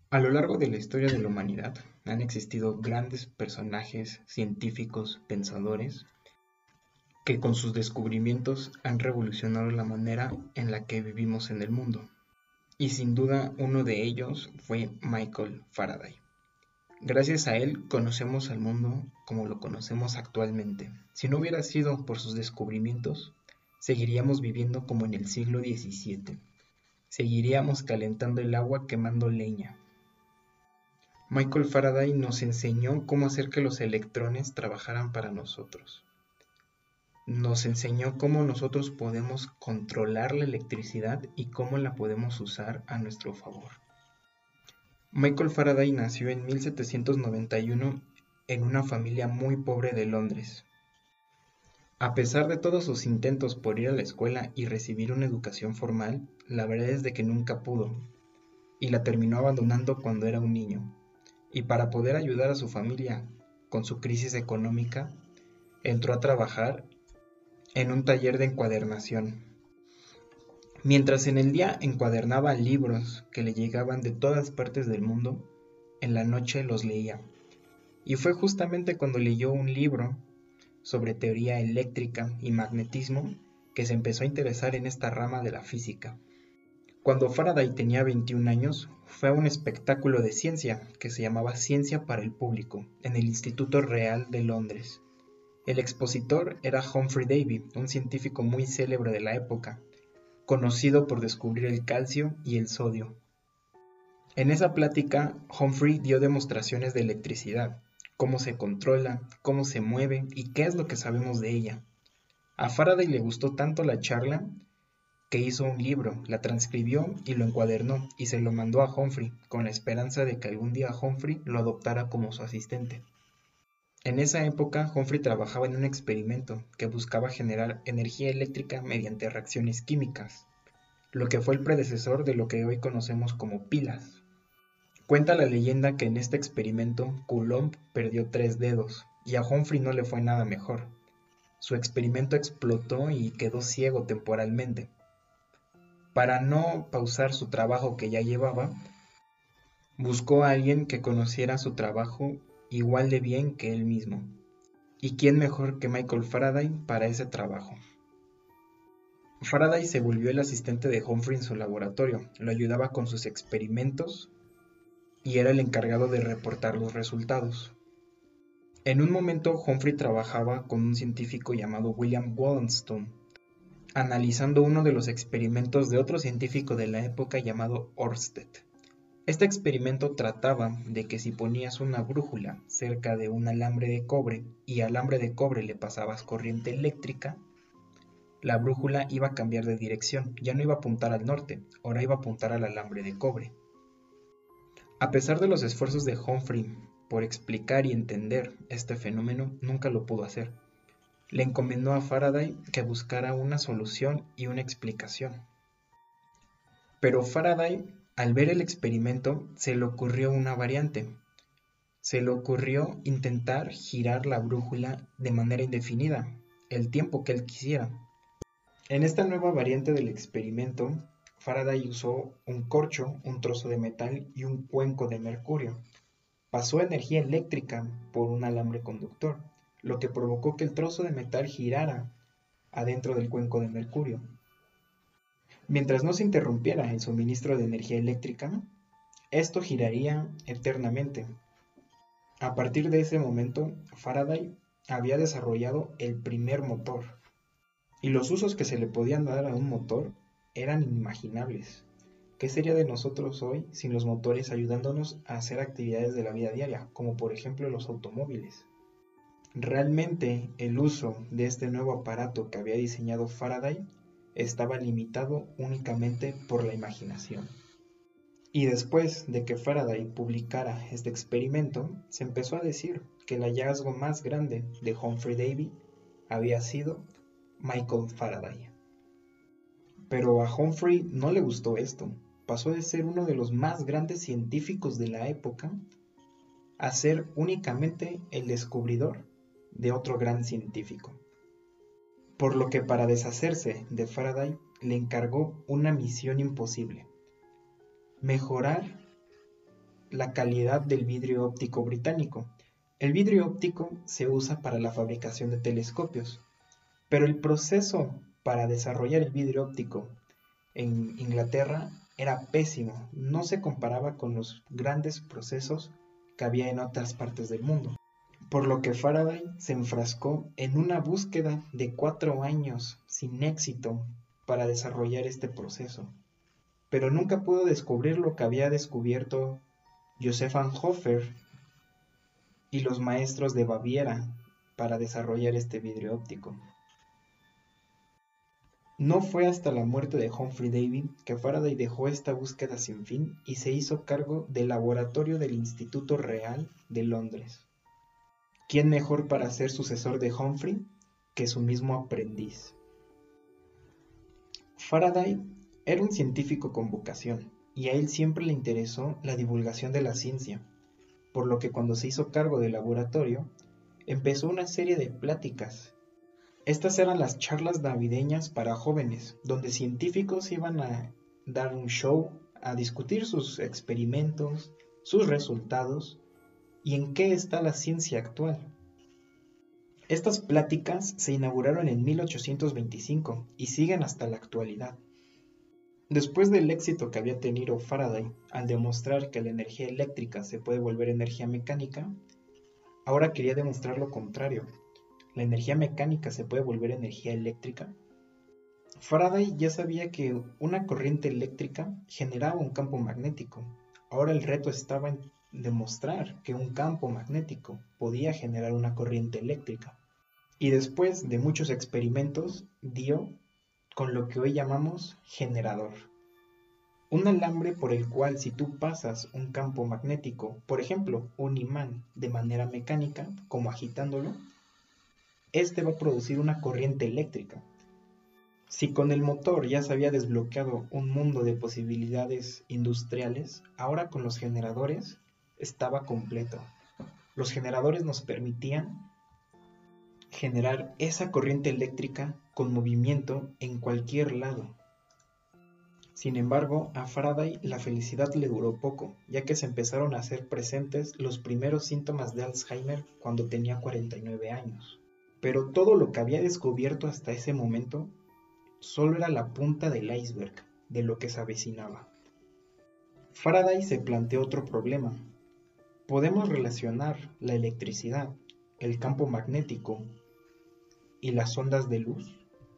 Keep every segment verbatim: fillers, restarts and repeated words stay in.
A lo largo de la historia de la humanidad han existido grandes personajes científicos, pensadores, que con sus descubrimientos han revolucionado la manera en la que vivimos en el mundo. Y sin duda uno de ellos fue Michael Faraday. Gracias a él conocemos al mundo como lo conocemos actualmente. Si no hubiera sido por sus descubrimientos, seguiríamos viviendo como en el siglo diecisiete. Seguiríamos calentando el agua quemando leña. Michael Faraday nos enseñó cómo hacer que los electrones trabajaran para nosotros. Nos enseñó cómo nosotros podemos controlar la electricidad y cómo la podemos usar a nuestro favor. Michael Faraday nació en mil setecientos noventa y uno en una familia muy pobre de Londres. A pesar de todos sus intentos por ir a la escuela y recibir una educación formal, la verdad es de que nunca pudo, y la terminó abandonando cuando era un niño. Y para poder ayudar a su familia con su crisis económica, entró a trabajar en un taller de encuadernación. Mientras en el día encuadernaba libros que le llegaban de todas partes del mundo, en la noche los leía. Y fue justamente cuando leyó un libro sobre teoría eléctrica y magnetismo que se empezó a interesar en esta rama de la física. Cuando Faraday tenía veintiún años, fue a un espectáculo de ciencia que se llamaba Ciencia para el Público, en el Instituto Real de Londres. El expositor era Humphrey Davy, un científico muy célebre de la época, conocido por descubrir el calcio y el sodio. En esa plática, Humphrey dio demostraciones de electricidad, cómo se controla, cómo se mueve y qué es lo que sabemos de ella. A Faraday le gustó tanto la charla que hizo un libro, la transcribió y lo encuadernó y se lo mandó a Humphrey, con la esperanza de que algún día Humphrey lo adoptara como su asistente. En esa época, Humphrey trabajaba en un experimento que buscaba generar energía eléctrica mediante reacciones químicas, lo que fue el predecesor de lo que hoy conocemos como pilas. Cuenta la leyenda que en este experimento Coulomb perdió tres dedos y a Humphrey no le fue nada mejor. Su experimento explotó y quedó ciego temporalmente. Para no pausar su trabajo que ya llevaba, buscó a alguien que conociera su trabajo igual de bien que él mismo. ¿Y quién mejor que Michael Faraday para ese trabajo? Faraday se volvió el asistente de Humphrey en su laboratorio, lo ayudaba con sus experimentos y era el encargado de reportar los resultados. En un momento Humphrey trabajaba con un científico llamado William Wollaston, analizando uno de los experimentos de otro científico de la época llamado Ørsted. Este experimento trataba de que si ponías una brújula cerca de un alambre de cobre y al alambre de cobre le pasabas corriente eléctrica, la brújula iba a cambiar de dirección, ya no iba a apuntar al norte, ahora iba a apuntar al alambre de cobre. A pesar de los esfuerzos de Humphrey por explicar y entender este fenómeno, nunca lo pudo hacer. Le encomendó a Faraday que buscara una solución y una explicación. Pero Faraday, al ver el experimento, se le ocurrió una variante. Se le ocurrió intentar girar la brújula de manera indefinida, el tiempo que él quisiera. En esta nueva variante del experimento, Faraday usó un corcho, un trozo de metal y un cuenco de mercurio. Pasó energía eléctrica por un alambre conductor, lo que provocó que el trozo de metal girara adentro del cuenco de mercurio. Mientras no se interrumpiera el suministro de energía eléctrica, esto giraría eternamente. A partir de ese momento, Faraday había desarrollado el primer motor, y los usos que se le podían dar a un motor eran inimaginables. ¿Qué sería de nosotros hoy sin los motores ayudándonos a hacer actividades de la vida diaria, como por ejemplo los automóviles? Realmente el uso de este nuevo aparato que había diseñado Faraday estaba limitado únicamente por la imaginación. Y después de que Faraday publicara este experimento, se empezó a decir que el hallazgo más grande de Humphrey Davy había sido Michael Faraday. Pero a Humphrey no le gustó esto. Pasó de ser uno de los más grandes científicos de la época a ser únicamente el descubridor de otro gran científico. Por lo que para deshacerse de Faraday le encargó una misión imposible: mejorar la calidad del vidrio óptico británico. El vidrio óptico se usa para la fabricación de telescopios, pero el proceso para desarrollar el vidrio óptico en Inglaterra era pésimo, no se comparaba con los grandes procesos que había en otras partes del mundo. Por lo que Faraday se enfrascó en una búsqueda de cuatro años sin éxito para desarrollar este proceso, pero nunca pudo descubrir lo que había descubierto Joseph Fraunhofer y los maestros de Baviera para desarrollar este vidrio óptico. No fue hasta la muerte de Humphrey Davy que Faraday dejó esta búsqueda sin fin y se hizo cargo del laboratorio del Instituto Real de Londres. ¿Quién mejor para ser sucesor de Humphrey que su mismo aprendiz? Faraday era un científico con vocación y a él siempre le interesó la divulgación de la ciencia, por lo que cuando se hizo cargo del laboratorio, empezó una serie de pláticas. Estas eran las charlas navideñas para jóvenes, donde científicos iban a dar un show, a discutir sus experimentos, sus resultados y en qué está la ciencia actual. Estas pláticas se inauguraron en mil ochocientos veinticinco y siguen hasta la actualidad. Después del éxito que había tenido Faraday al demostrar que la energía eléctrica se puede volver energía mecánica, ahora quería demostrar lo contrario. ¿La energía mecánica se puede volver energía eléctrica? Faraday ya sabía que una corriente eléctrica generaba un campo magnético. Ahora el reto estaba en demostrar que un campo magnético podía generar una corriente eléctrica. Y después de muchos experimentos, dio con lo que hoy llamamos generador. Un alambre por el cual si tú pasas un campo magnético, por ejemplo, un imán, de manera mecánica, como agitándolo, este va a producir una corriente eléctrica. Si con el motor ya se había desbloqueado un mundo de posibilidades industriales, ahora con los generadores estaba completo. Los generadores nos permitían generar esa corriente eléctrica con movimiento en cualquier lado. Sin embargo, a Faraday la felicidad le duró poco, ya que se empezaron a hacer presentes los primeros síntomas de Alzheimer cuando tenía cuarenta y nueve años. Pero todo lo que había descubierto hasta ese momento solo era la punta del iceberg de lo que se avecinaba. Faraday se planteó otro problema. ¿Podemos relacionar la electricidad, el campo magnético y las ondas de luz?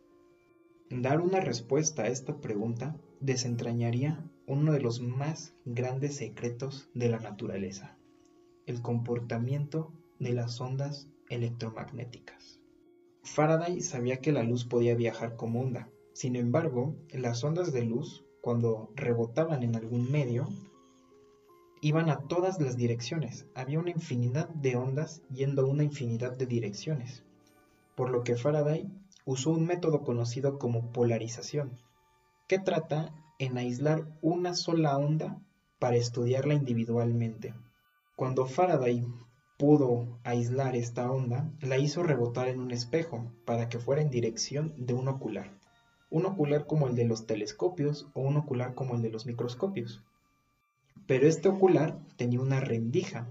Dar una respuesta a esta pregunta desentrañaría uno de los más grandes secretos de la naturaleza, el comportamiento de las ondas electromagnéticas. Faraday sabía que la luz podía viajar como onda. Sin embargo, las ondas de luz, cuando rebotaban en algún medio, iban a todas las direcciones. Había una infinidad de ondas yendo a una infinidad de direcciones, por lo que Faraday usó un método conocido como polarización, que trata en aislar una sola onda para estudiarla individualmente. Cuando Faraday pudo aislar esta onda, la hizo rebotar en un espejo para que fuera en dirección de un ocular. Un ocular como el de los telescopios o un ocular como el de los microscopios. Pero este ocular tenía una rendija,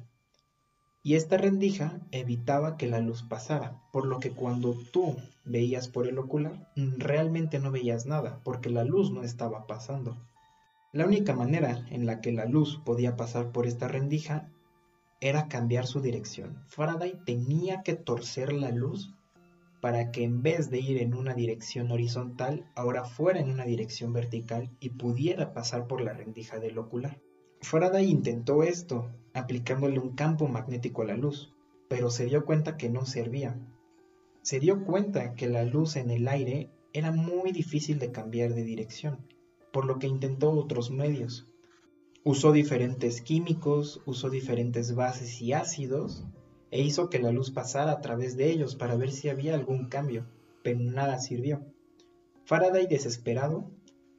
y esta rendija evitaba que la luz pasara, por lo que cuando tú veías por el ocular, realmente no veías nada, porque la luz no estaba pasando. La única manera en la que la luz podía pasar por esta rendija era cambiar su dirección. Faraday tenía que torcer la luz para que en vez de ir en una dirección horizontal, ahora fuera en una dirección vertical y pudiera pasar por la rendija del ocular. Faraday intentó esto, aplicándole un campo magnético a la luz, pero se dio cuenta que no servía. Se dio cuenta que la luz en el aire era muy difícil de cambiar de dirección, por lo que intentó otros medios. Usó diferentes químicos, usó diferentes bases y ácidos, e hizo que la luz pasara a través de ellos para ver si había algún cambio, pero nada sirvió. Faraday, desesperado,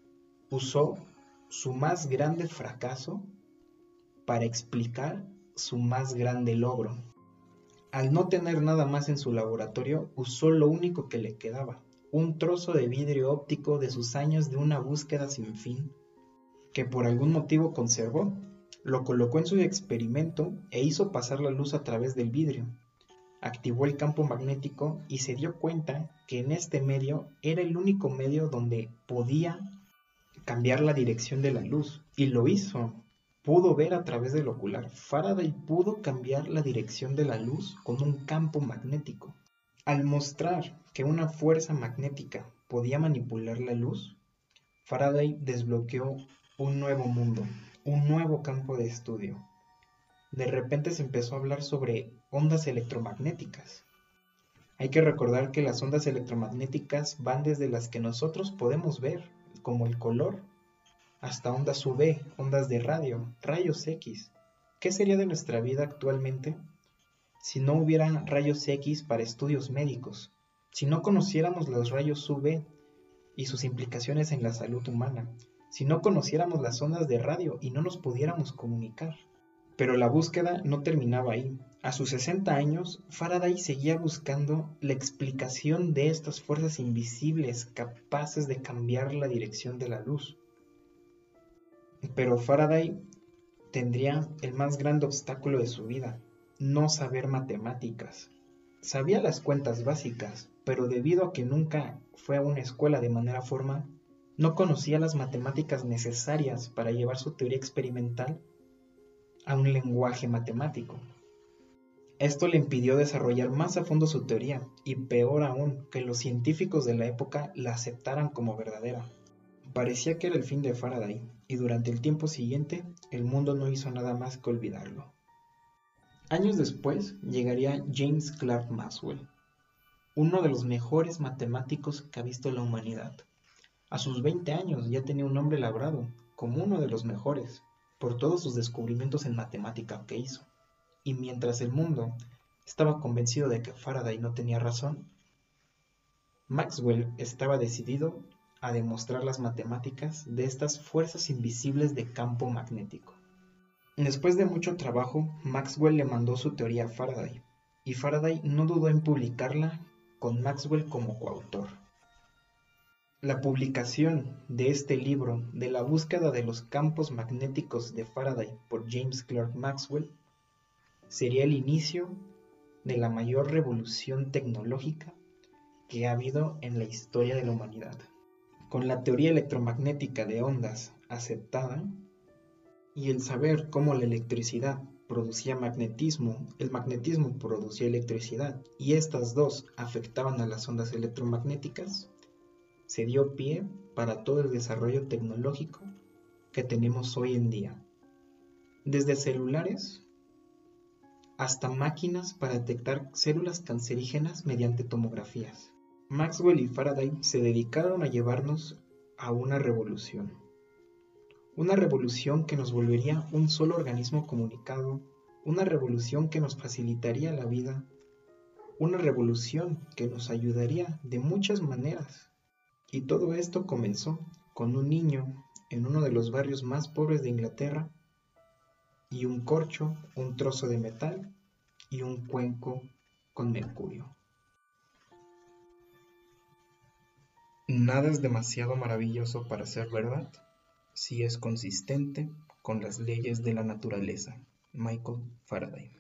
usó su más grande fracaso para explicar su más grande logro. Al no tener nada más en su laboratorio, usó lo único que le quedaba, un trozo de vidrio óptico de sus años de una búsqueda sin fin, que por algún motivo conservó. Lo colocó en su experimento e hizo pasar la luz a través del vidrio. Activó el campo magnético y se dio cuenta que en este medio era el único medio donde podía cambiar la dirección de la luz. Y lo hizo. Pudo ver a través del ocular. Faraday pudo cambiar la dirección de la luz con un campo magnético. Al mostrar que una fuerza magnética podía manipular la luz, Faraday desbloqueó un nuevo mundo, un nuevo campo de estudio. De repente se empezó a hablar sobre ondas electromagnéticas. Hay que recordar que las ondas electromagnéticas van desde las que nosotros podemos ver, como el color, hasta ondas U V, ondas de radio, rayos X. ¿Qué sería de nuestra vida actualmente si no hubiera rayos X para estudios médicos? Si no conociéramos los rayos U V y sus implicaciones en la salud humana, si no conociéramos las ondas de radio y no nos pudiéramos comunicar. Pero la búsqueda no terminaba ahí. A sus sesenta años, Faraday seguía buscando la explicación de estas fuerzas invisibles capaces de cambiar la dirección de la luz. Pero Faraday tendría el más grande obstáculo de su vida: no saber matemáticas. Sabía las cuentas básicas, pero debido a que nunca fue a una escuela de manera formal, no conocía las matemáticas necesarias para llevar su teoría experimental a un lenguaje matemático. Esto le impidió desarrollar más a fondo su teoría, y peor aún, que los científicos de la época la aceptaran como verdadera. Parecía que era el fin de Faraday, y durante el tiempo siguiente, el mundo no hizo nada más que olvidarlo. Años después, llegaría James Clerk Maxwell, uno de los mejores matemáticos que ha visto la humanidad. A sus veinte años ya tenía un nombre labrado como uno de los mejores, por todos sus descubrimientos en matemática que hizo. Y mientras el mundo estaba convencido de que Faraday no tenía razón, Maxwell estaba decidido a demostrar las matemáticas de estas fuerzas invisibles de campo magnético. Después de mucho trabajo, Maxwell le mandó su teoría a Faraday, y Faraday no dudó en publicarla con Maxwell como coautor. La publicación de este libro de la búsqueda de los campos magnéticos de Faraday por James Clerk Maxwell sería el inicio de la mayor revolución tecnológica que ha habido en la historia de la humanidad. Con la teoría electromagnética de ondas aceptada y el saber cómo la electricidad producía magnetismo, el magnetismo producía electricidad y estas dos afectaban a las ondas electromagnéticas, se dio pie para todo el desarrollo tecnológico que tenemos hoy en día. Desde celulares hasta máquinas para detectar células cancerígenas mediante tomografías. Maxwell y Faraday se dedicaron a llevarnos a una revolución. Una revolución que nos volvería un solo organismo comunicado, una revolución que nos facilitaría la vida, una revolución que nos ayudaría de muchas maneras. Y todo esto comenzó con un niño en uno de los barrios más pobres de Inglaterra y un corcho, un trozo de metal y un cuenco con mercurio. Nada es demasiado maravilloso para ser verdad si es consistente con las leyes de la naturaleza. Michael Faraday.